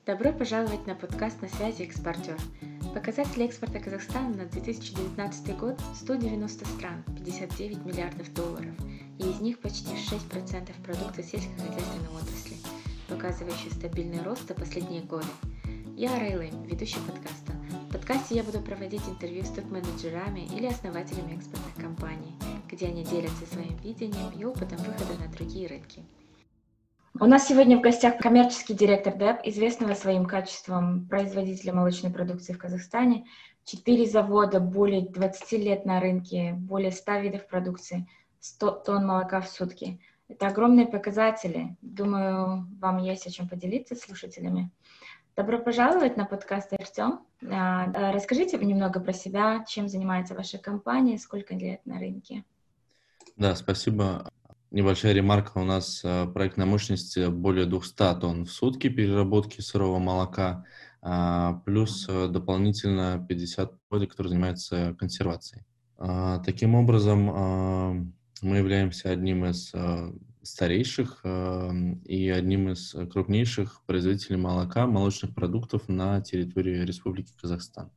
Добро пожаловать на подкаст «На связи экспортер». Показатели экспорта Казахстана на 2019 год – 190 стран, 59 миллиардов долларов, и из них почти 6% продукции сельскохозяйственной отрасли, показывающие стабильный рост за последние годы. Я Райлэм, ведущий подкаста. В подкасте я буду проводить интервью с топ-менеджерами или основателями экспортных компаний, где они делятся своим видением и опытом выхода на другие рынки. У нас сегодня в гостях коммерческий директор ДЭП, известного своим качеством производителя молочной продукции в Казахстане. 4 завода, более 20 лет на рынке, более 100 видов продукции, 100 тонн молока в сутки. Это огромные показатели. Думаю, вам есть о чем поделиться с слушателями. Добро пожаловать на подкаст, Артем. Расскажите немного про себя, чем занимается ваша компания, сколько лет на рынке. Да, спасибо. Небольшая ремарка. У нас проектная мощность более 200 тонн в сутки переработки сырого молока, плюс дополнительно 50 человек, которые занимаются консервацией. Таким образом, мы являемся одним из старейших и одним из крупнейших производителей молока, молочных продуктов на территории Республики Казахстан.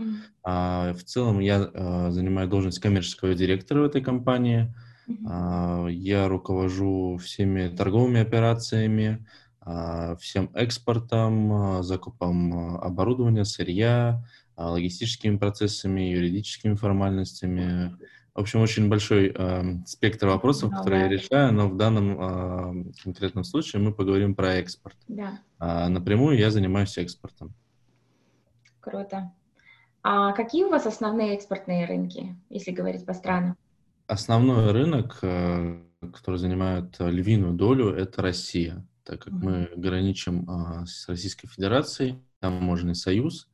В целом я занимаю должность коммерческого директора в этой компании. Я руковожу всеми торговыми операциями, всем экспортом, закупом оборудования, сырья, логистическими процессами, юридическими формальностями. В общем, очень большой спектр вопросов, которые я решаю, но в данном конкретном случае мы поговорим про экспорт. Да. Напрямую я занимаюсь экспортом. Круто. А какие у вас основные экспортные рынки, если говорить по странам? Основной рынок, который занимает львиную долю, это Россия, так как мы граничим с Российской Федерацией, таможенный союз,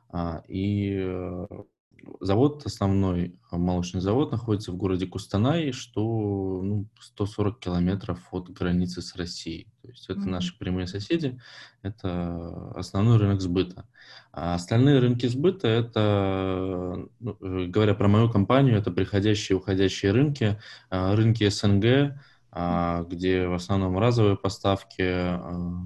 и завод, основной молочный завод, находится в городе Кустанай, что 140 километров от границы с Россией. То есть это наши прямые соседи, это основной рынок сбыта. А остальные рынки сбыта, это, говоря про мою компанию, это приходящие и уходящие рынки, рынки СНГ, где в основном разовые поставки,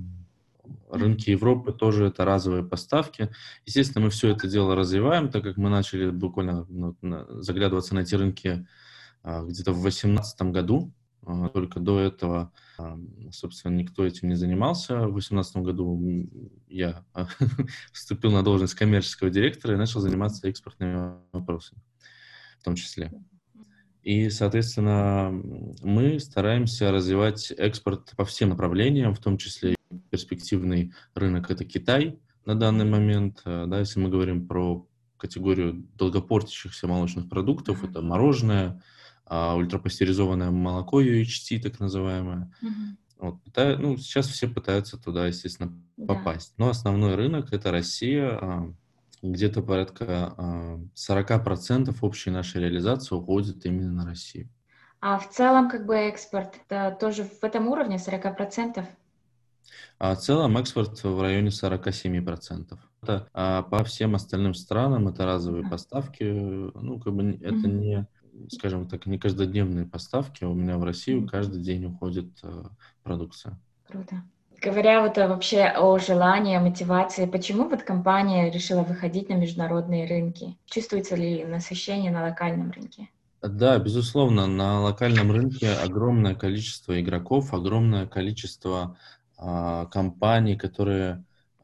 рынки Европы тоже это разовые поставки. Естественно, мы все это дело развиваем, так как мы начали буквально заглядываться на эти рынки где-то в 2018 году. Только до этого, собственно, никто этим не занимался. В 2018 году я вступил на должность коммерческого директора и начал заниматься экспортными вопросами в том числе. И, соответственно, мы стараемся развивать экспорт по всем направлениям, в том числе перспективный рынок – это Китай на данный момент. Да, если мы говорим про категорию долгопортящихся молочных продуктов, это мороженое, ультрапастеризованное молоко UHT, так называемое. Вот, сейчас все пытаются туда, естественно, попасть. Но основной рынок – это Россия. Где-то порядка 40% общей нашей реализации уходит именно на Россию. А в целом, экспорт тоже в этом уровне 40%? А в целом экспорт в районе 47%. Это, по всем остальным странам это разовые поставки. Это не, скажем так, не каждодневные поставки. У меня в Россию каждый день уходит продукция. Круто. Говоря вообще о желании, о мотивации, почему компания решила выходить на международные рынки? Чувствуется ли насыщение на локальном рынке? Да, безусловно, на локальном рынке огромное количество игроков, огромное количество компаний, которые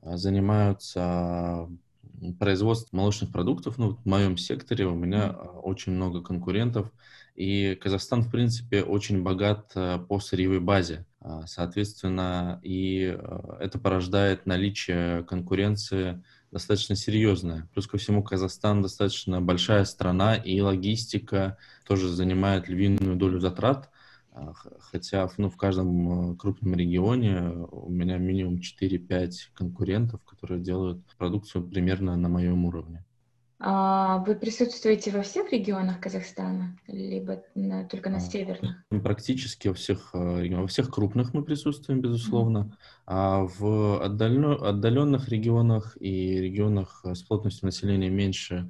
занимаются производством молочных продуктов. В моем секторе у меня очень много конкурентов, и Казахстан, в принципе, очень богат по сырьевой базе. Соответственно, и это порождает наличие конкуренции достаточно серьезная. Плюс ко всему, Казахстан достаточно большая страна, и логистика тоже занимает львиную долю затрат. Хотя в каждом крупном регионе у меня минимум 4-5 конкурентов, которые делают продукцию примерно на моем уровне. Вы присутствуете во всех регионах Казахстана, либо только на северных? Практически во всех регионах. Во всех крупных мы присутствуем, безусловно. А в отдаленных регионах и регионах с плотностью населения меньше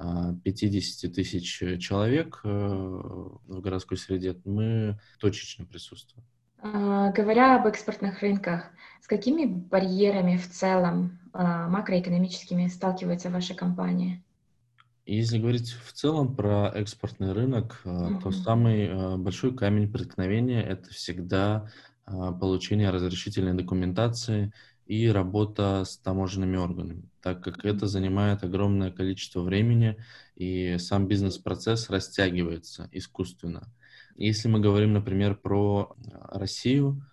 50 тысяч человек в городской среде мы точечно присутствуем. Говоря об экспортных рынках, с какими барьерами в целом, макроэкономическими сталкивается ваша компания? Если говорить в целом про экспортный рынок, то Мгм. самый большой камень преткновения — это всегда получение разрешительной документации и работа с таможенными органами, так как это занимает огромное количество времени, и сам бизнес-процесс растягивается искусственно. Если мы говорим, например, про Россию,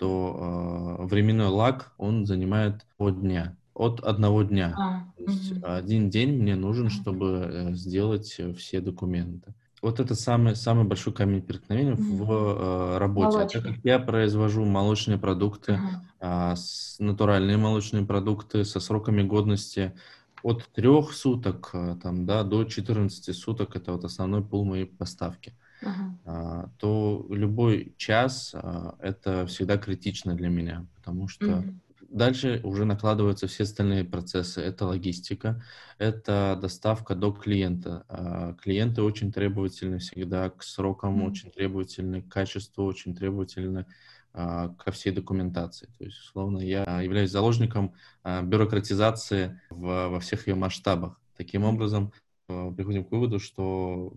то временной лаг, он занимает полдня, от одного дня. То есть Мгм. один день мне нужен, Ага. чтобы сделать все документы. Вот это самый большой камень преткновения Мгм. в работе. А так как Молочки. я произвожу молочные продукты, Ага. натуральные молочные продукты со сроками годности от 3 суток там, да, до 14 суток, это вот основной пул моей поставки, Ага. то любой час это всегда критично для меня, потому что Мгм. дальше уже накладываются все остальные процессы. Это логистика, это доставка до клиента. Клиенты очень требовательны всегда к срокам, М. очень требовательны к качеству, очень требовательны ко всей документации. То есть, условно, я являюсь заложником бюрократизации во всех ее масштабах. Таким образом, приходим к выводу, что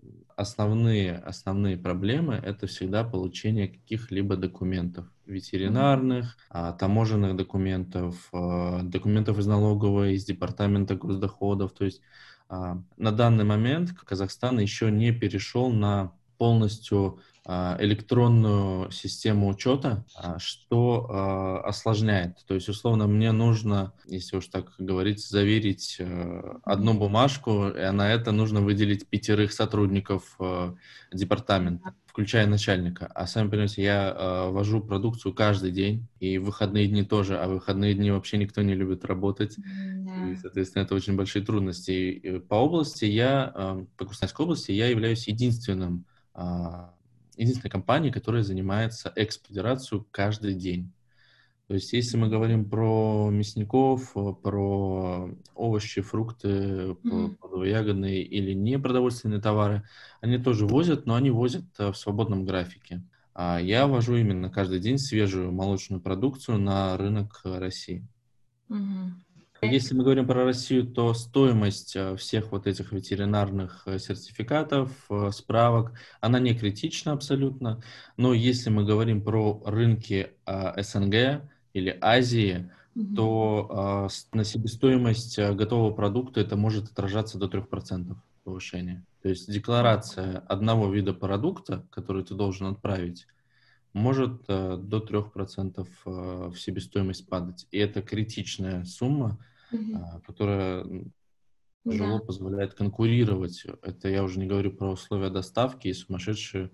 основные проблемы — это всегда получение каких-либо документов Мгм. ветеринарных, таможенных документов, документов из налоговой, из департамента госдоходов. То есть на данный момент Казахстан еще не перешел на полностью электронную систему учета, что осложняет. То есть, условно, мне нужно, если уж так говорить, заверить одну Мгм. бумажку, и на это нужно выделить 5 сотрудников департамента, включая начальника. А сами понимаете, я вожу продукцию каждый день, и в выходные дни тоже, а в выходные дни вообще никто не любит работать. И, Да. соответственно, это очень большие трудности. И по области по Красноярской области я являюсь единственной компанией, которая занимается экспедирацию каждый день. То есть, если мы говорим про мясников, про овощи, фрукты, Мгм. плодово-ягодные или непродовольственные товары, они тоже возят, но они возят в свободном графике. А я вожу именно каждый день свежую молочную продукцию на рынок России. Мгм. Если мы говорим про Россию, то стоимость всех вот этих ветеринарных сертификатов, справок, она не критична абсолютно. Но если мы говорим про рынки СНГ или Азии, Мгм. то на себестоимость готового продукта это может отражаться до 3% повышения. То есть декларация одного вида продукта, который ты должен отправить, может до 3% в себестоимость падать. И это критичная сумма, Мгм. которая Да. тяжело позволяет конкурировать. Это я уже не говорю про условия доставки и сумасшедшие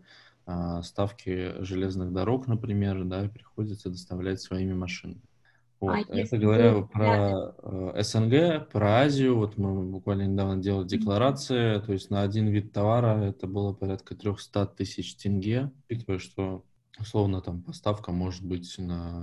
ставки железных дорог, например, да, приходится доставлять своими машинами. А Вот. Это если вы говоря про СНГ, про Азию, вот мы буквально недавно делали декларации, то есть на один вид товара это было порядка 300 тысяч тенге, учитывая, что условно там поставка может быть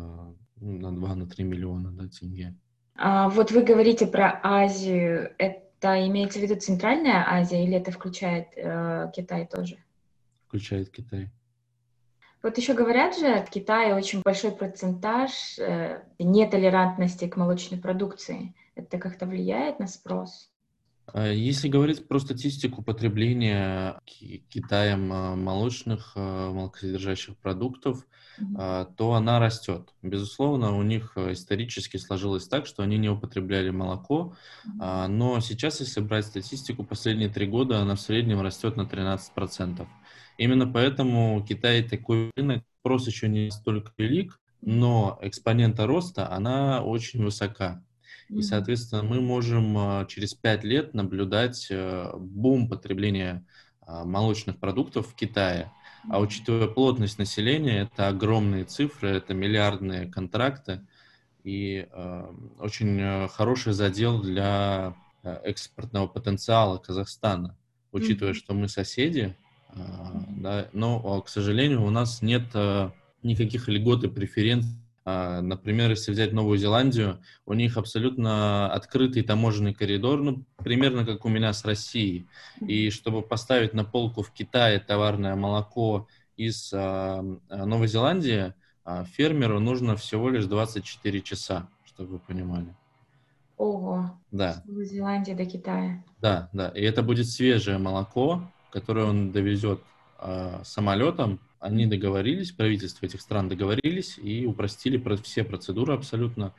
на 2-3 миллиона, да, тенге, Вот вы говорите про Азию. Это имеется в виду Центральная Азия или это включает, Китай тоже? включает Китай. Вот еще говорят же, в Китае очень большой процентаж, нетолерантности к молочной продукции. Это как-то влияет на спрос? Если говорить про статистику потребления Китаем молочных, молокосодержащих продуктов, Мгм. то она растет. Безусловно, у них исторически сложилось так, что они не употребляли молоко, Мгм. но сейчас, если брать статистику, последние 3 года она в среднем растет на 13%. Именно поэтому Китай такой рынок, спрос еще не настолько велик, но экспонента роста, она очень высока. И, Мгм. соответственно, мы можем через 5 лет наблюдать бум потребления молочных продуктов в Китае. А Мгм. учитывая плотность населения, это огромные цифры, это миллиардные контракты и очень хороший задел для экспортного потенциала Казахстана, учитывая, Мгм. что мы соседи, Мгм. да, но, к сожалению, у нас нет никаких льгот и преференций. Например, если взять Новую Зеландию, у них абсолютно открытый таможенный коридор, ну, примерно как у меня с Россией. Мгм. И чтобы поставить на полку в Китае товарное молоко из Новой Зеландии, а фермеру нужно всего лишь 24 часа, чтобы вы понимали. Ого, с Да, Новой Зеландии до Китая. да, да. И это будет свежее молоко, которое он довезет самолетом. Они договорились, правительства этих стран договорились и упростили все процедуры абсолютно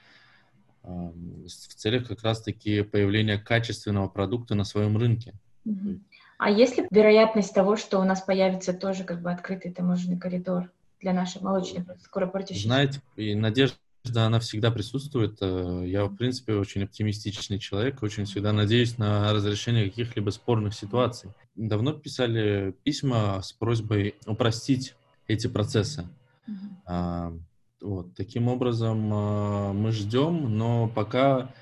в целях как раз-таки появления качественного продукта на своем рынке. Мгм. А есть ли вероятность того, что у нас появится тоже как бы открытый таможенный коридор для нашей молочной скоропортящейся? Знаете, и надежда, она всегда присутствует. Я, в принципе, очень оптимистичный человек, очень всегда надеюсь на разрешение каких-либо спорных ситуаций. Давно писали письма с просьбой упростить эти процессы. Мгм. А, вот, таким образом, мы ждем, но пока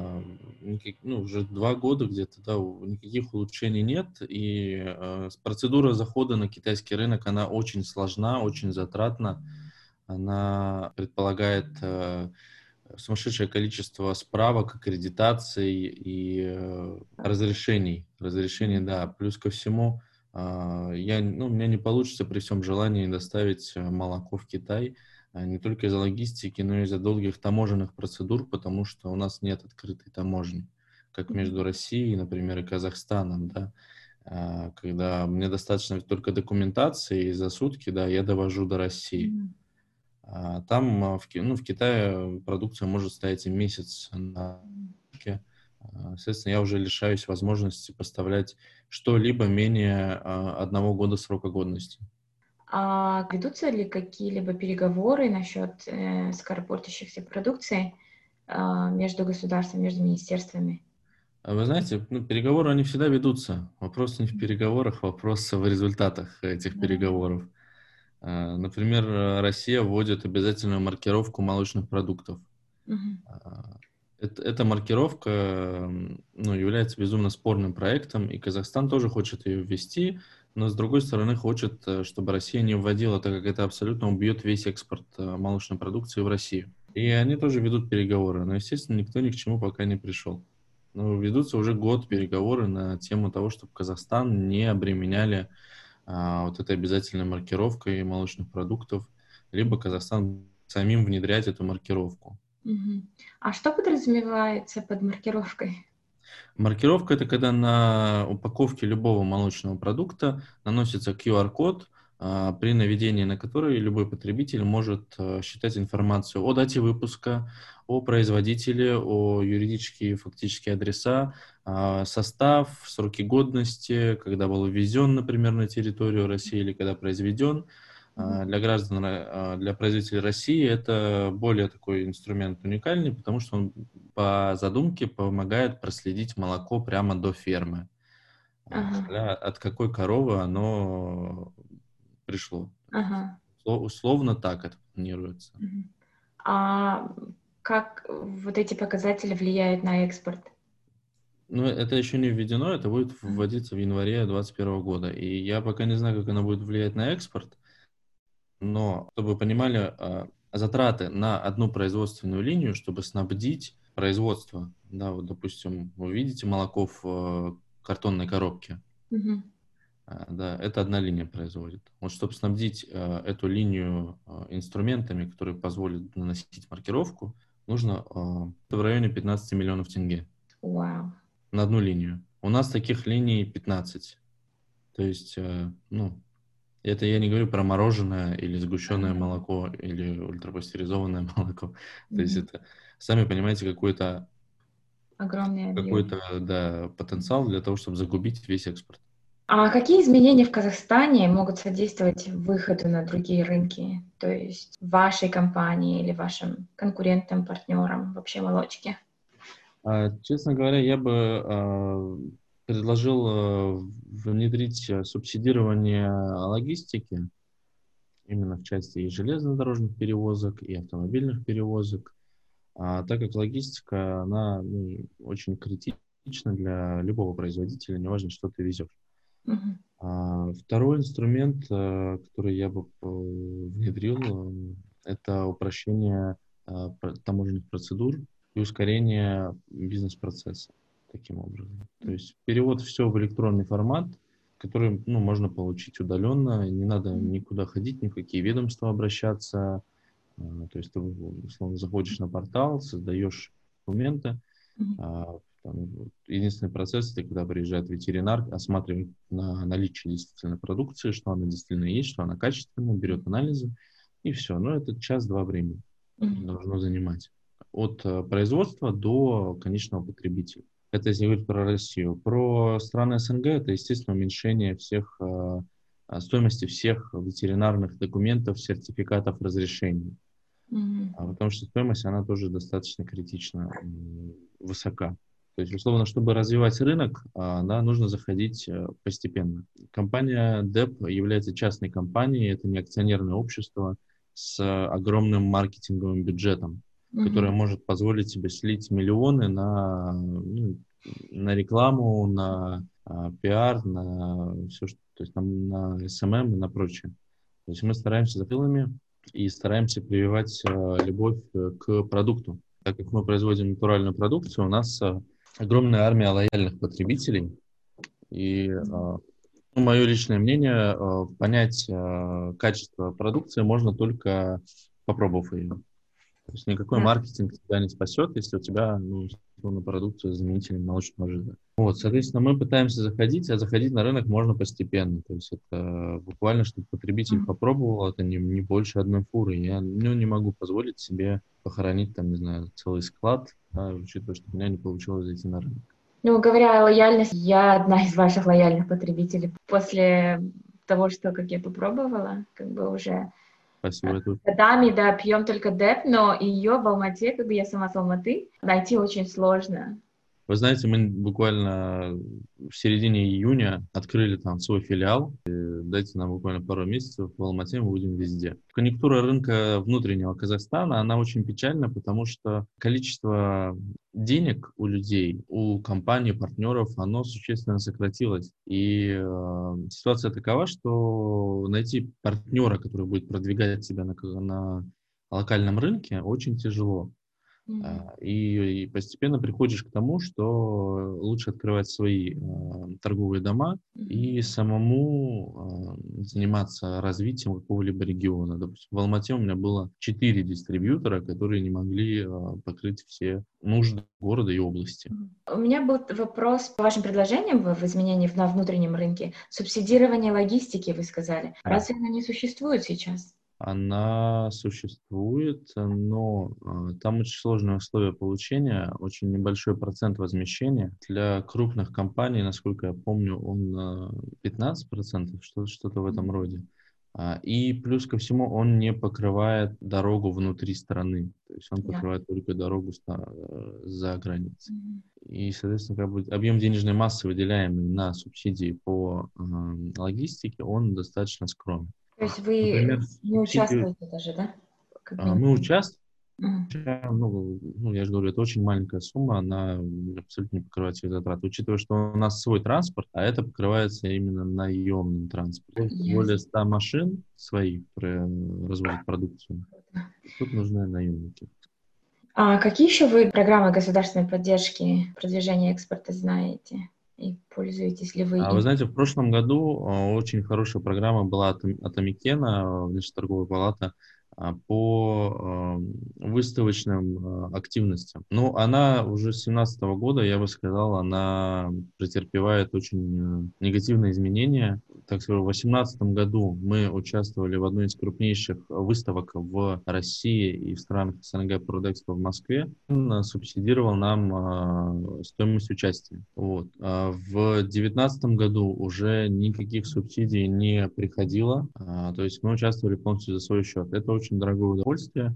уже 2 года где-то, да, никаких улучшений нет, и процедура захода на китайский рынок, она очень сложна, очень затратна, она предполагает сумасшедшее количество справок, аккредитаций и разрешений. Разрешений, да. Плюс ко всему, у меня не получится при всем желании доставить молоко в Китай, не только из-за логистики, но и из-за долгих таможенных процедур, потому что у нас нет открытой таможни, как Мгм. между Россией, например, и Казахстаном, да. Когда мне достаточно только документации, и за сутки, да, я довожу до России. Мгм. Там, в Китае продукция может стоять и месяц на Мгм. рынке. Соответственно, я уже лишаюсь возможности поставлять что-либо менее 1 года срока годности. А ведутся ли какие-либо переговоры насчет скоропортящихся продукции между государствами, между министерствами? Вы знаете, переговоры, они всегда ведутся. Вопрос не в переговорах, вопрос в результатах этих Да. переговоров. Например, Россия вводит обязательную маркировку молочных продуктов. Мгм. А, эта маркировка, является безумно спорным проектом, и Казахстан тоже хочет ее ввести, но, с другой стороны, хочет, чтобы Россия не вводила, так как это абсолютно убьет весь экспорт молочной продукции в Россию. И они тоже ведут переговоры, но, естественно, никто ни к чему пока не пришел. Но ведутся уже год переговоры на тему того, чтобы Казахстан не обременяли вот этой обязательной маркировкой молочных продуктов, либо Казахстан самим внедрять эту маркировку. Мгм. А что подразумевается под маркировкой? Маркировка — это когда на упаковке любого молочного продукта наносится QR-код, при наведении на который любой потребитель может считать информацию о дате выпуска, о производителе, о юридические и фактические адреса, состав, сроки годности, когда был ввезен, например, на территорию России или когда произведен. Мгм. Для производителей России это более такой инструмент уникальный, потому что он по задумке помогает проследить молоко прямо до фермы, Ага, от какой коровы оно пришло. ага. Условно так это планируется. Мгм. А как вот эти показатели влияют на экспорт? Но это еще не введено, это будет Ага. вводиться в январе 2021 года. И я пока не знаю, как оно будет влиять на экспорт, но, чтобы вы понимали, затраты на одну производственную линию, чтобы снабдить производство, да, вот, допустим, вы видите молоко в картонной коробке, Мгм. да, это одна линия производит. Вот чтобы снабдить эту линию инструментами, которые позволят наносить маркировку, нужно в районе 15 миллионов тенге Вау. на одну линию. У нас таких линий 15. То есть, это я не говорю про мороженое или сгущенное Ага. молоко или ультрапастеризованное молоко. То есть Мгм. это, сами понимаете, какой-то, Огромный объем. какой-то, да, потенциал для того, чтобы загубить весь экспорт. А какие изменения в Казахстане могут содействовать выходу на другие рынки? То есть вашей компании или вашим конкурентам, партнерам вообще молочки? Честно говоря, я бы предложил внедрить субсидирование логистики именно в части и железнодорожных перевозок, и автомобильных перевозок, так как логистика, она очень критична для любого производителя, неважно, что ты везешь. Мгм. Второй инструмент, который я бы внедрил, это упрощение таможенных процедур и ускорение бизнес-процесса таким образом. То есть перевод все в электронный формат, который можно получить удаленно, не надо Мгм. никуда ходить, ни в какие ведомства обращаться, То есть ты, условно, заходишь на портал, создаешь документы. Единственный процесс — это когда приезжает ветеринар, осматривает на наличие действительно продукции, что она действительно есть, что она качественная, берет анализы, и все. Но это час-два времени должно занимать. От производства до конечного потребителя. Это если говорить про Россию. Про страны СНГ — это, естественно, уменьшение стоимости всех ветеринарных документов, сертификатов, разрешений. Потому что стоимость, она тоже достаточно критично высока. То есть, условно, чтобы развивать рынок, нужно заходить постепенно. Компания DEP является частной компанией, это не акционерное общество с огромным маркетинговым бюджетом, которое может позволить себе слить миллионы на рекламу, на пиар, на все, то есть на SMM и на прочее. То есть мы стараемся за пилами и стараемся прививать любовь к продукту. Так как мы производим натуральную продукцию, у нас огромная армия лояльных потребителей. И мое личное мнение, понять качество продукции можно только попробовав ее. То есть никакой маркетинг тебя не спасет, если у тебя на продукцию с заменителем молочного жира. Соответственно, мы пытаемся заходить, а заходить на рынок можно постепенно. То есть это буквально, чтобы потребитель попробовал, это не больше одной фуры. Я не могу позволить себе похоронить целый склад, учитывая, что у меня не получилось зайти на рынок. Говоря о лояльности, я одна из ваших лояльных потребителей. После того, как я попробовала, уже Спасибо. годами, пьем только DEP, но ее в Алмате, я сама с Алматы, найти очень сложно. Вы знаете, мы буквально в середине июня открыли там свой филиал. Дайте нам буквально пару месяцев, в Алмате мы будем везде. Конъюнктура рынка внутреннего Казахстана, она очень печальна, потому что количество денег у людей, у компаний, партнеров, оно существенно сократилось. И ситуация такова, что найти партнера, который будет продвигать себя на локальном рынке, очень тяжело. И постепенно приходишь к тому, что лучше открывать свои торговые дома и самому заниматься развитием какого-либо региона. Допустим, в Алмате у меня было 4 дистрибьютора, которые не могли покрыть все нужды города и области. У меня был вопрос по вашим предложениям в изменении на внутреннем рынке. Субсидирование логистики, вы сказали. Да. Разве оно не существует сейчас? Она существует, но там очень сложные условия получения, очень небольшой процент возмещения. Для крупных компаний, насколько я помню, он 15%, что-то в этом роде. И плюс ко всему он не покрывает дорогу внутри страны, то есть он покрывает только дорогу за границей. И, соответственно, объем денежной массы, выделяемый на субсидии по логистике, он достаточно скромен. То есть вы не участвуете даже, да? Мы участвуем. Я же говорю, это очень маленькая сумма, она абсолютно не покрывает все затраты. Учитывая, что у нас свой транспорт, а это покрывается именно наемным транспортом. Более 100 машин своих развозят продукцию. Тут нужны наемники. А какие еще вы программы государственной поддержки продвижения экспорта знаете? И пользуетесь ли вы? Вы знаете, в прошлом году очень хорошая программа была от Амикена, торговая палата, по выставочным активностям. Но она уже с 2017 года, я бы сказал, она претерпевает очень негативные изменения. Так сказать, в 2018 году мы участвовали в одной из крупнейших выставок в России и в странах СНГ Продэкспо в Москве. Он субсидировал нам стоимость участия. В 2019 году уже никаких субсидий не приходило. То есть мы участвовали полностью за свой счет. Это очень дорогое удовольствие.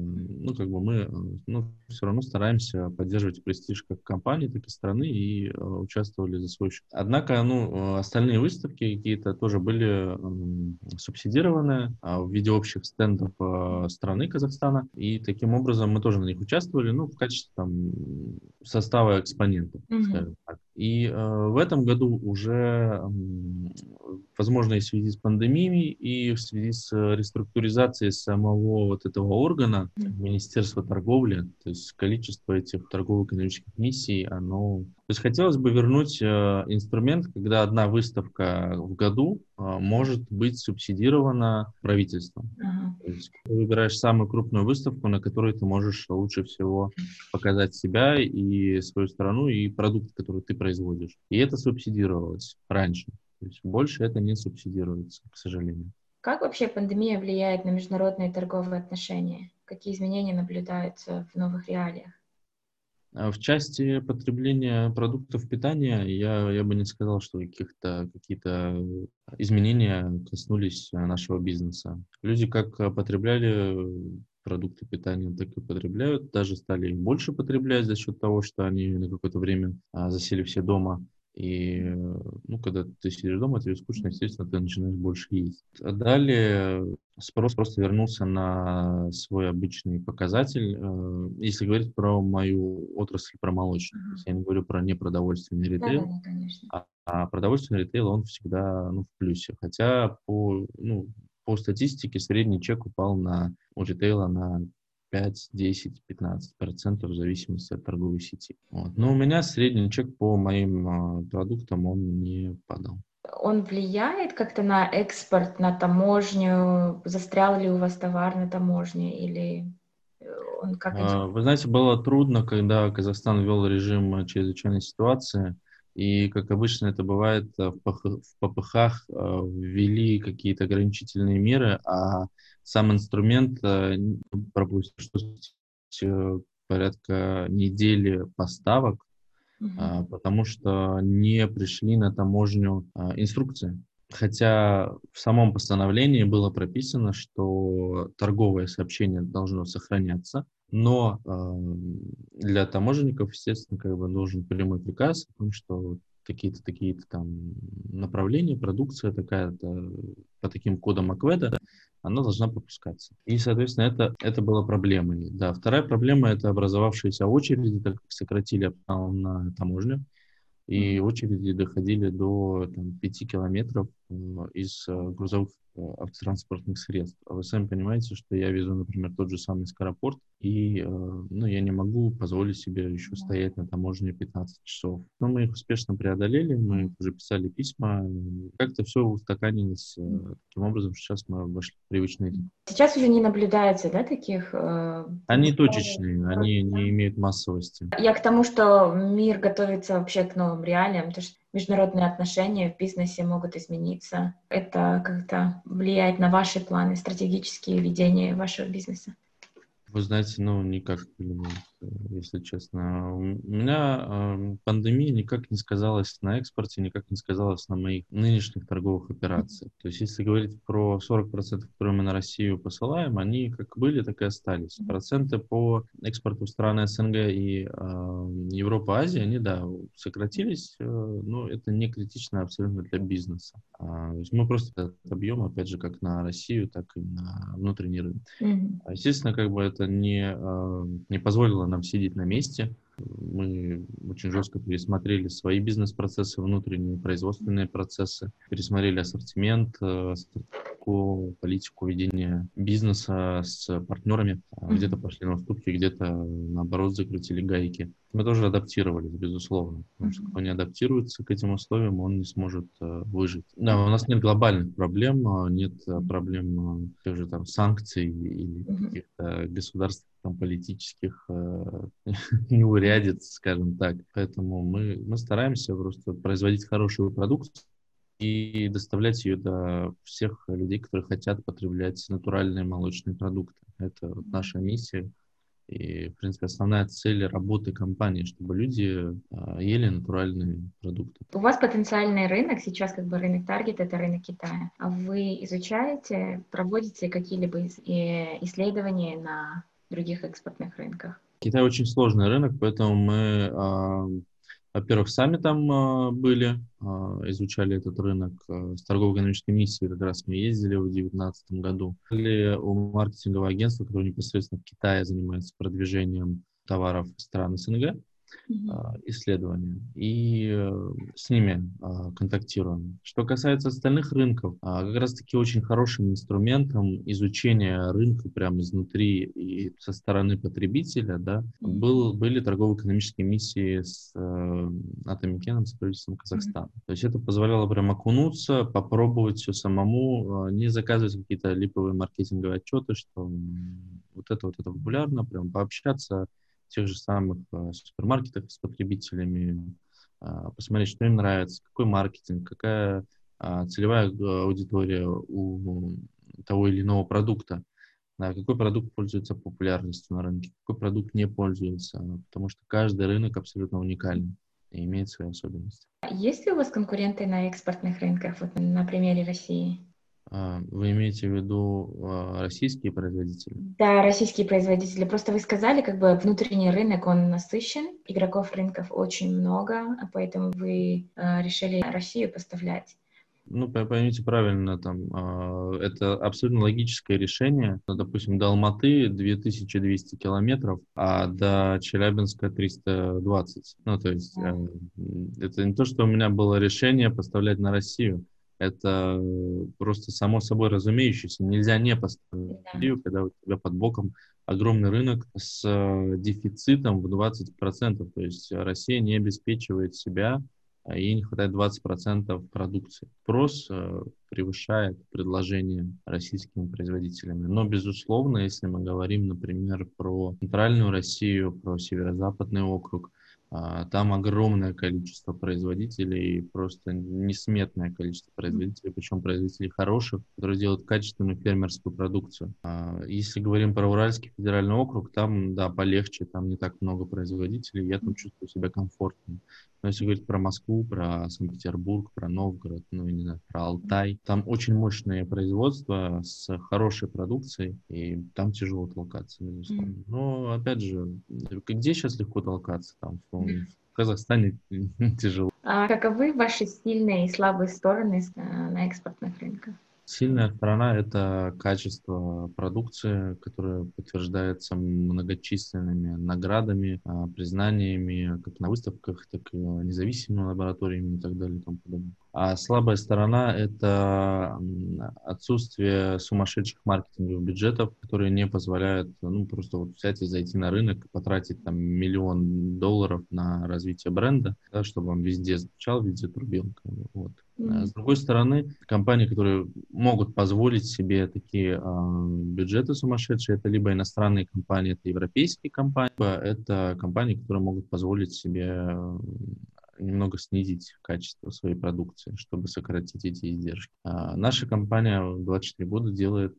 Мы все равно стараемся поддерживать престиж как компании, так и страны и участвовали за свой счет. Однако, остальные выставки какие-то тоже были субсидированы в виде общих стендов страны Казахстана. И таким образом мы тоже на них участвовали, в качестве состава экспонентов, скажем так. И в этом году уже Возможно, и в связи с пандемией, и в связи с реструктуризацией самого вот этого органа, Министерства торговли, то есть количество этих торгово-экономических миссий, оно... То есть хотелось бы вернуть инструмент, когда одна выставка в году может быть субсидирована правительством. Ага. То есть ты выбираешь самую крупную выставку, на которой ты можешь лучше всего показать себя и свою страну, и продукт, который ты производишь. И это субсидировалось раньше. То есть больше это не субсидируется, к сожалению. Как вообще пандемия влияет на международные торговые отношения? Какие изменения наблюдаются в новых реалиях? В части потребления продуктов питания я бы не сказал, что какие-то изменения коснулись нашего бизнеса. Люди как потребляли продукты питания, так и потребляют, даже стали их больше потреблять за счет того, что они на какое-то время засели все дома. И, ну, когда ты сидишь дома, тебе скучно, естественно, ты начинаешь больше есть. А далее спрос просто вернулся на свой обычный показатель. Если говорить про мою отрасль, про молочную, то есть я не говорю про непродовольственный Да, да, ритейл, да, конечно. а продовольственный ритейл, он всегда в плюсе. Хотя по статистике средний чек упал у ритейла на 5, 10, 15% в зависимости от торговой сети. Вот. Но у меня средний чек по моим продуктам, он не падал. Он влияет как-то на экспорт, на таможню? Застрял ли у вас товар на таможне? Или он как Вы знаете, было трудно, когда Казахстан ввел режим чрезвычайной ситуации, и, как обычно это бывает, в ППХ ввели какие-то ограничительные меры, а сам инструмент пропустил порядка недели поставок, Мгм. потому что не пришли на таможню инструкции. Хотя в самом постановлении было прописано, что торговое сообщение должно сохраняться, но для таможенников, естественно, как бы нужен прямой приказ о том, что такие-то там направления, продукция такая-то по таким кодам АКВЭДа, она должна пропускаться. И, соответственно, это было проблемой. Да, вторая проблема — это образовавшиеся очереди, так как сократили персонал на таможню, и Мгм. очереди доходили до 5 километров из грузовых автотранспортных средств. А вы сами понимаете, что я везу, например, тот же самый скоропорт, и я не могу позволить себе еще Да. стоять на таможне 15 часов. Но мы их успешно преодолели, мы уже писали письма, как-то все устаканилось таким образом, что сейчас мы вошли в привычный ритм. Сейчас уже не наблюдается, да, таких Они сбоев? точечные, они не имеют массовости. Я к тому, что мир готовится вообще к новым реалиям, то что международные отношения в бизнесе могут измениться. Это как-то влияет на ваши планы, стратегические ведения вашего бизнеса. Вы знаете, никак не влияет, если честно. У меня пандемия никак не сказалась на экспорте, никак не сказалась на моих нынешних торговых операциях. То есть, если говорить про 40%, которые мы на Россию посылаем, они как были, так и остались. Проценты по экспорту в страны СНГ и Европа, Азия, они, да, сократились, но это не критично абсолютно для бизнеса. То есть мы просто этот объем, опять же, как на Россию, так и на внутренний рынок. Мгм. Естественно, как бы это не позволило нам сидеть на месте. Мы очень жестко пересмотрели свои бизнес-процессы, внутренние производственные процессы, пересмотрели ассортимент, политику ведения бизнеса с партнерами. Где-то Мгм. пошли на уступки, где-то, наоборот, закрутили гайки. Мы тоже адаптировались, безусловно, потому что кто Мгм. не адаптируется к этим условиям, он не сможет выжить. Да, у нас нет глобальных проблем, нет проблем тех же там санкций или Мгм. каких-то государственных там политических неурядиц, скажем так. Поэтому мы стараемся просто производить хорошую продукцию и доставлять ее до всех людей, которые хотят потреблять натуральные молочные продукты. Это вот наша миссия. И, в принципе, основная цель работы компании, чтобы люди ели натуральные продукты. У вас потенциальный рынок, сейчас как бы рынок Таргет — это рынок Китая. А вы изучаете, проводите какие-либо исследования на других экспортных рынках? Китай очень сложный рынок, поэтому мы, во-первых, сами там были, изучали этот рынок. С торгово-экономической миссией как раз мы ездили в 2019 году. Или у маркетингового агентства, которое непосредственно в Китае занимается продвижением товаров стран СНГ. исследования, и с ними контактируем. Что касается остальных рынков, как раз-таки очень хорошим инструментом изучения рынка прямо изнутри и со стороны потребителя, да, были торгово-экономические миссии с Атамикеном, с правительством Казахстана. То есть это позволяло прям окунуться, попробовать все самому, не заказывать какие-то липовые маркетинговые отчеты, что вот это популярно, прям пообщаться в тех же самых супермаркетах с потребителями, посмотреть, что им нравится, какой маркетинг, какая целевая аудитория у того или иного продукта, какой продукт пользуется популярностью на рынке, какой продукт не пользуется, потому что каждый рынок абсолютно уникален и имеет свои особенности. Есть ли у вас конкуренты на экспортных рынках, вот на примере России? Вы имеете в виду российские производители? Да, российские производители. Просто вы сказали, как бы внутренний рынок, он насыщен, игроков рынков очень много, поэтому вы решили Россию поставлять. Ну, поймите правильно, это абсолютно логическое решение. Допустим, до Алматы 2200 километров, а до Челябинска 320. Ну, то есть, это не то, что у меня было решение поставлять на Россию. Это просто само собой разумеющееся. Нельзя не поставить на Россию, когда у тебя под боком огромный рынок с дефицитом в 20%. То есть Россия не обеспечивает себя, ей не хватает 20% продукции. Спрос превышает предложение российскими производителями. Но, безусловно, если мы говорим, например, про центральную Россию, про северо-западный округ, там огромное количество производителей, просто несметное количество производителей, причем производителей хороших, которые делают качественную фермерскую продукцию. Если говорим про Уральский федеральный округ, там, да, полегче, там не так много производителей, я там чувствую себя комфортно. Но если говорить про Москву, про Санкт-Петербург, про Новгород, ну, не знаю, про Алтай, там очень мощное производство с хорошей продукцией, и там тяжело толкаться, безусловно. Но, опять же, где сейчас легко толкаться? Там, в Казахстане тяжело. А каковы ваши сильные и слабые стороны на экспортных рынках? Сильная сторона – это качество продукции, которое подтверждается многочисленными наградами, признаниями как на выставках, так и независимыми лабораториями и так далее и тому подобное. А слабая сторона – это отсутствие сумасшедших маркетинговых бюджетов, которые не позволяют просто вот взять и зайти на рынок и потратить там $1 миллион на развитие бренда, да, чтобы он везде звучал, везде трубил. Вот. С другой стороны, компании, которые могут позволить себе такие бюджеты сумасшедшие, это либо иностранные компании, это европейские компании, либо это компании, которые могут позволить себе немного снизить качество своей продукции, чтобы сократить эти издержки. Наша компания 24 года делает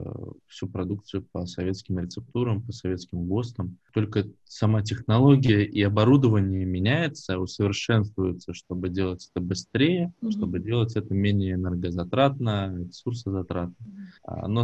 всю продукцию по советским рецептурам, по советским ГОСТам. Только сама технология и оборудование меняется, усовершенствуется, чтобы делать это быстрее, чтобы делать это менее энергозатратно, ресурсозатратно. Но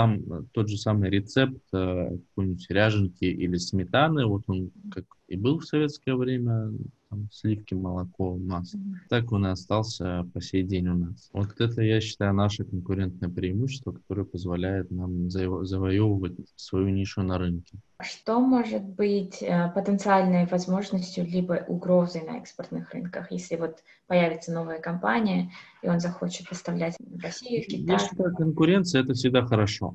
тот же самый рецепт какой-нибудь ряженки или сметаны, вот он как и был в советское время, там, сливки, молоко, масло. Так он и остался по сей день у нас. Вот это, я считаю, наше конкурентное преимущество, которое позволяет нам завоевывать свою нишу на рынке. Что может быть потенциальной возможностью либо угрозой на экспортных рынках, если вот появится новая компания, и он захочет поставлять в Россию, в Китай? Я считаю, конкуренция – это всегда хорошо.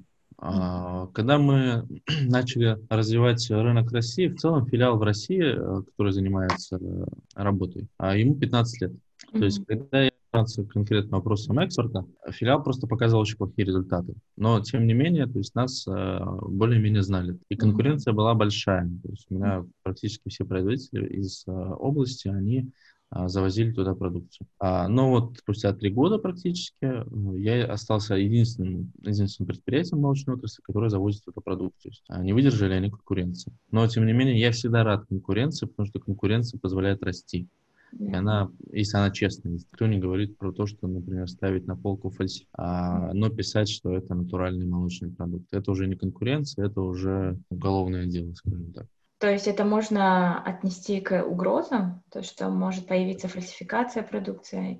Когда мы начали развивать рынок России, в целом филиал в России, который занимается работой, ему 15 лет. То есть, когда я занимался конкретно вопросом экспорта, филиал просто показывал очень плохие результаты. Но, тем не менее, то есть нас более-менее знали. И конкуренция была большая. То есть у меня практически все производители из области, они завозили туда продукцию. Но вот спустя 3 года практически я остался единственным предприятием молочной отрасли, которое завозит эту продукцию. Не выдержали они конкуренции. Но, тем не менее, я всегда рад конкуренции, потому что конкуренция позволяет расти. И если она честная, никто не говорит про то, что, например, ставить на полку фальсификат, но писать, что это натуральный молочный продукт. Это уже не конкуренция, это уже уголовное дело, скажем так. То есть это можно отнести к угрозам, то, что может появиться фальсификация продукции, это...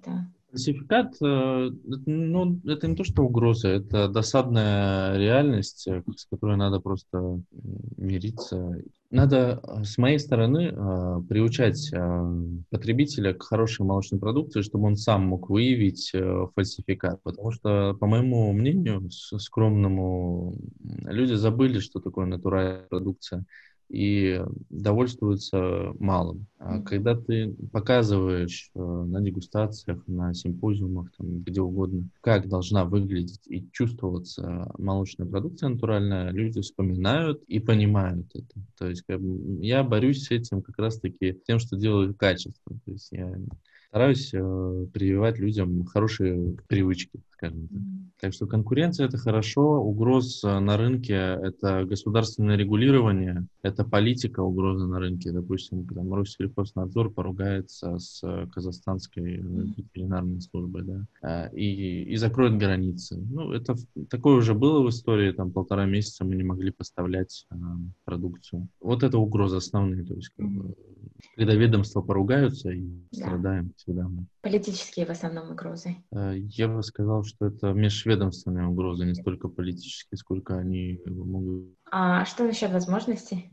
Фальсификат, ну, это не то, что угроза, это досадная реальность, с которой надо просто мириться. Надо, с моей стороны, приучать потребителя к хорошей молочной продукции, чтобы он сам мог выявить фальсификат. Потому что, по моему мнению, скромному, люди забыли, что такое натуральная продукция, и довольствуются малым. А когда ты показываешь на дегустациях, на симпозиумах, там, где угодно, как должна выглядеть и чувствоваться молочная продукция натуральная, люди вспоминают и понимают это. То есть как бы, я борюсь с этим как раз-таки тем, что делаю качество. То есть я стараюсь прививать людям хорошие привычки, скажем так. Так что конкуренция — это хорошо, угроз на рынке — это государственное регулирование, это политика угрозы на рынке. Допустим, там Россельхознадзор поругается с казахстанской ветеринарной службой, да, и закроет границы. Ну, это такое уже было в истории, там 1,5 месяца мы не могли поставлять продукцию. Вот это угрозы основные, то есть как бы, когда ведомства поругаются и Да. страдаем всегда мы. Политические в основном угрозы. Я бы сказал, что это межведомственные угрозы, не столько политические, сколько они могут... А что насчет возможностей?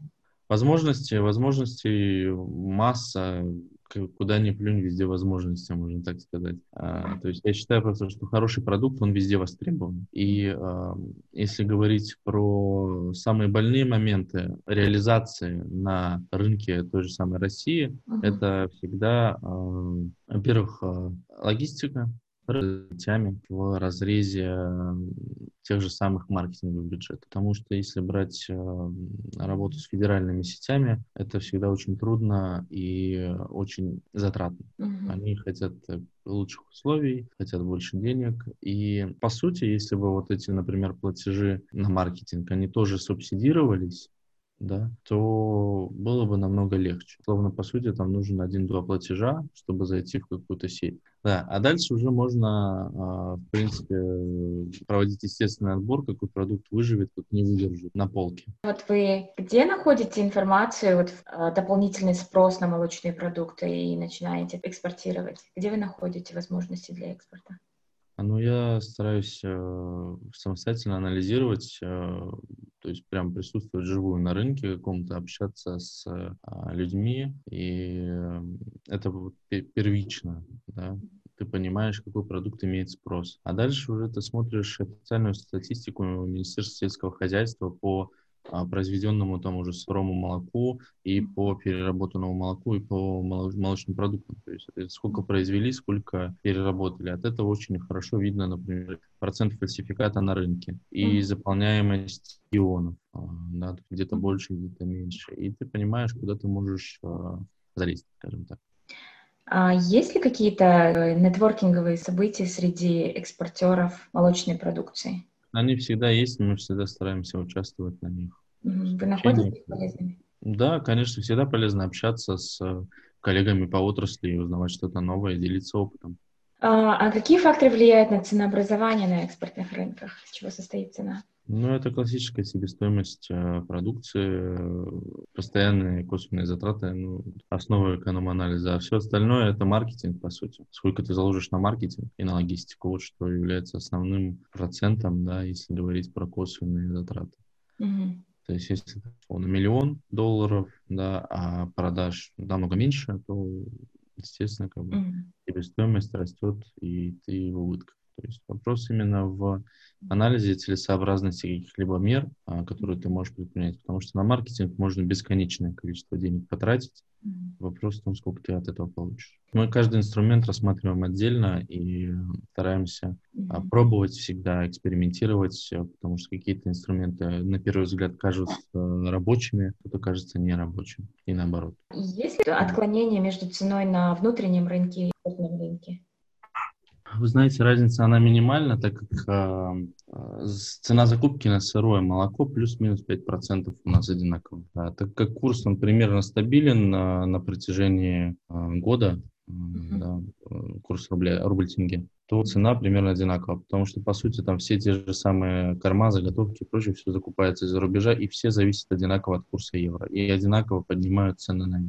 Возможностей масса, куда ни плюнь, везде возможности, можно так сказать. То есть я считаю просто, что хороший продукт, он везде востребован. И если говорить про самые больные моменты реализации на рынке той же самой России, это всегда, во-первых, логистика, сетями в разрезе тех же самых маркетинговых бюджетов. Потому что если брать работу с федеральными сетями, это всегда очень трудно и очень затратно. Они хотят лучших условий, хотят больше денег. И по сути, если бы вот эти, например, платежи на маркетинг, они тоже субсидировались, да, то было бы намного легче. Словно, по сути, там нужен 1-2 платежа, чтобы зайти в какую-то сеть. Да, а дальше уже можно, в принципе, проводить естественный отбор, какой продукт выживет, как не выдержит на полке. Вот вы где находите информацию, вот, дополнительный спрос на молочные продукты и начинаете экспортировать? Где вы находите возможности для экспорта? Ну, я стараюсь самостоятельно анализировать, то есть прям присутствовать вживую на рынке каком-то, общаться с людьми, и это вот первично, да. Ты понимаешь, какой продукт имеет спрос. А дальше уже ты смотришь официальную статистику Министерства сельского хозяйства по произведенному там уже сырому молоку и по переработанному молоку и по молочным продуктам. То есть сколько произвели, сколько переработали. От этого очень хорошо видно, например, процент фальсификата на рынке и заполняемость ионов. Да, где-то больше, где-то меньше. И ты понимаешь, куда ты можешь залезть, скажем так. А есть ли какие-то нетворкинговые события среди экспортеров молочной продукции? Они всегда есть, мы всегда стараемся участвовать на них. Вы находите их полезными? Да, конечно, всегда полезно общаться с коллегами по отрасли и узнавать что-то новое, делиться опытом. А какие факторы влияют на ценообразование на экспортных рынках? Из чего состоит цена? Ну, это классическая себестоимость продукции, постоянные косвенные затраты, ну, основа эконом-анализа. А все остальное — это маркетинг, по сути. Сколько ты заложишь на маркетинг и на логистику, вот что является основным процентом, да, если говорить про косвенные затраты. То есть, если на $1 000 000, да, а продаж намного меньше, то, естественно, как бы себестоимость растет, и ты в убытках. То есть вопрос именно в анализе целесообразности каких-либо мер, которые ты можешь предпринять, потому что на маркетинг можно бесконечное количество денег потратить. Вопрос в том, сколько ты от этого получишь. Мы каждый инструмент рассматриваем отдельно и стараемся пробовать всегда, экспериментировать, потому что какие-то инструменты, на первый взгляд, кажутся рабочими, кто-то кажется нерабочим, и наоборот. Есть ли отклонение между ценой на внутреннем рынке и экспортном рынке? Вы знаете, разница, она минимальна, так как цена закупки на сырое молоко плюс-минус 5% у нас одинаково. Так как курс, он примерно стабилен на протяжении года, да, курс рубль-тенге, то цена примерно одинакова, потому что, по сути, там все те же самые корма, заготовки и прочее, все закупается из-за рубежа, и все зависят одинаково от курса евро, и одинаково поднимают цены наверх.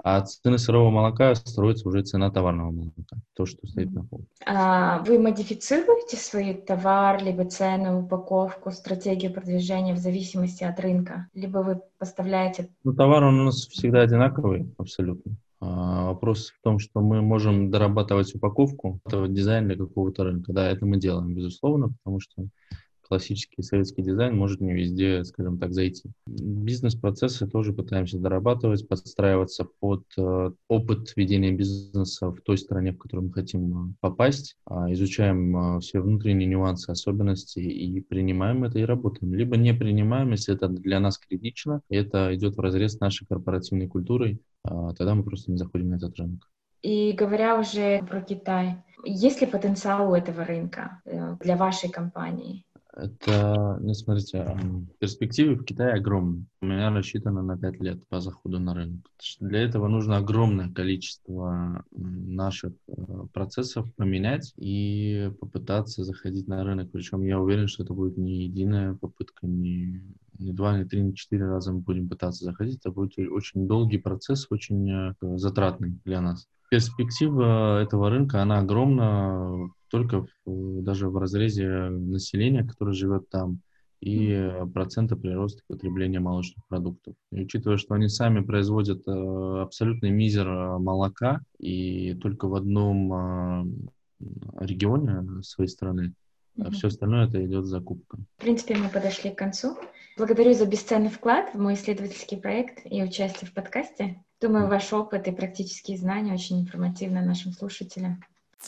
А от цены сырого молока строится уже цена товарного молока, то, что стоит на полке. Вы модифицируете свой товар, либо цену, упаковку, стратегию продвижения в зависимости от рынка? Либо вы поставляете... Ну, товар он у нас всегда одинаковый, абсолютно. Вопрос в том, что мы можем дорабатывать упаковку, дизайн для какого-то рынка. Да, это мы делаем, безусловно, потому что классический советский дизайн может не везде, скажем так, зайти. Бизнес-процессы тоже пытаемся дорабатывать, подстраиваться под опыт ведения бизнеса в той стране, в которую мы хотим попасть. Изучаем все внутренние нюансы, особенности и принимаем это и работаем. Либо не принимаем, если это для нас критично, и это идет вразрез с нашей корпоративной культурой, тогда мы просто не заходим на этот рынок. И говоря уже про Китай, есть ли потенциал у этого рынка для вашей компании? Это, ну, смотрите, перспективы в Китае огромные. У меня рассчитано на 5 лет по заходу на рынок. Для этого нужно огромное количество наших процессов поменять и попытаться заходить на рынок. Причем я уверен, что это будет не единая попытка, не 2, не 3, не 4 раза мы будем пытаться заходить. Это будет очень долгий процесс, очень затратный для нас. Перспектива этого рынка, она огромна только даже в разрезе населения, которое живет там, и процента прироста потребления молочных продуктов. И учитывая, что они сами производят абсолютный мизер молока, и только в одном регионе своей страны, а все остальное это идет закупка. В принципе, мы подошли к концу. Благодарю за бесценный вклад в мой исследовательский проект и участие в подкасте. Думаю, ваш опыт и практические знания очень информативны нашим слушателям.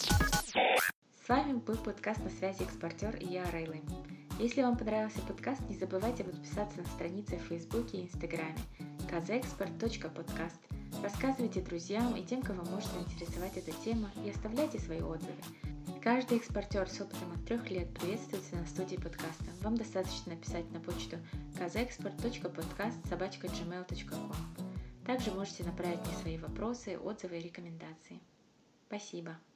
С вами был подкаст «На связи экспортер» и я, Рейлы. Если вам понравился подкаст, не забывайте подписаться на страницы в Фейсбуке и Инстаграме kazexport.podcast. Рассказывайте друзьям и тем, кого может интересовать эта тема, и оставляйте свои отзывы. Каждый экспортер с опытом от 3 лет приветствуется на студии подкаста. Вам достаточно написать на почту kazexport.podcast@gmail.com. Также можете направить мне свои вопросы, отзывы и рекомендации. Спасибо.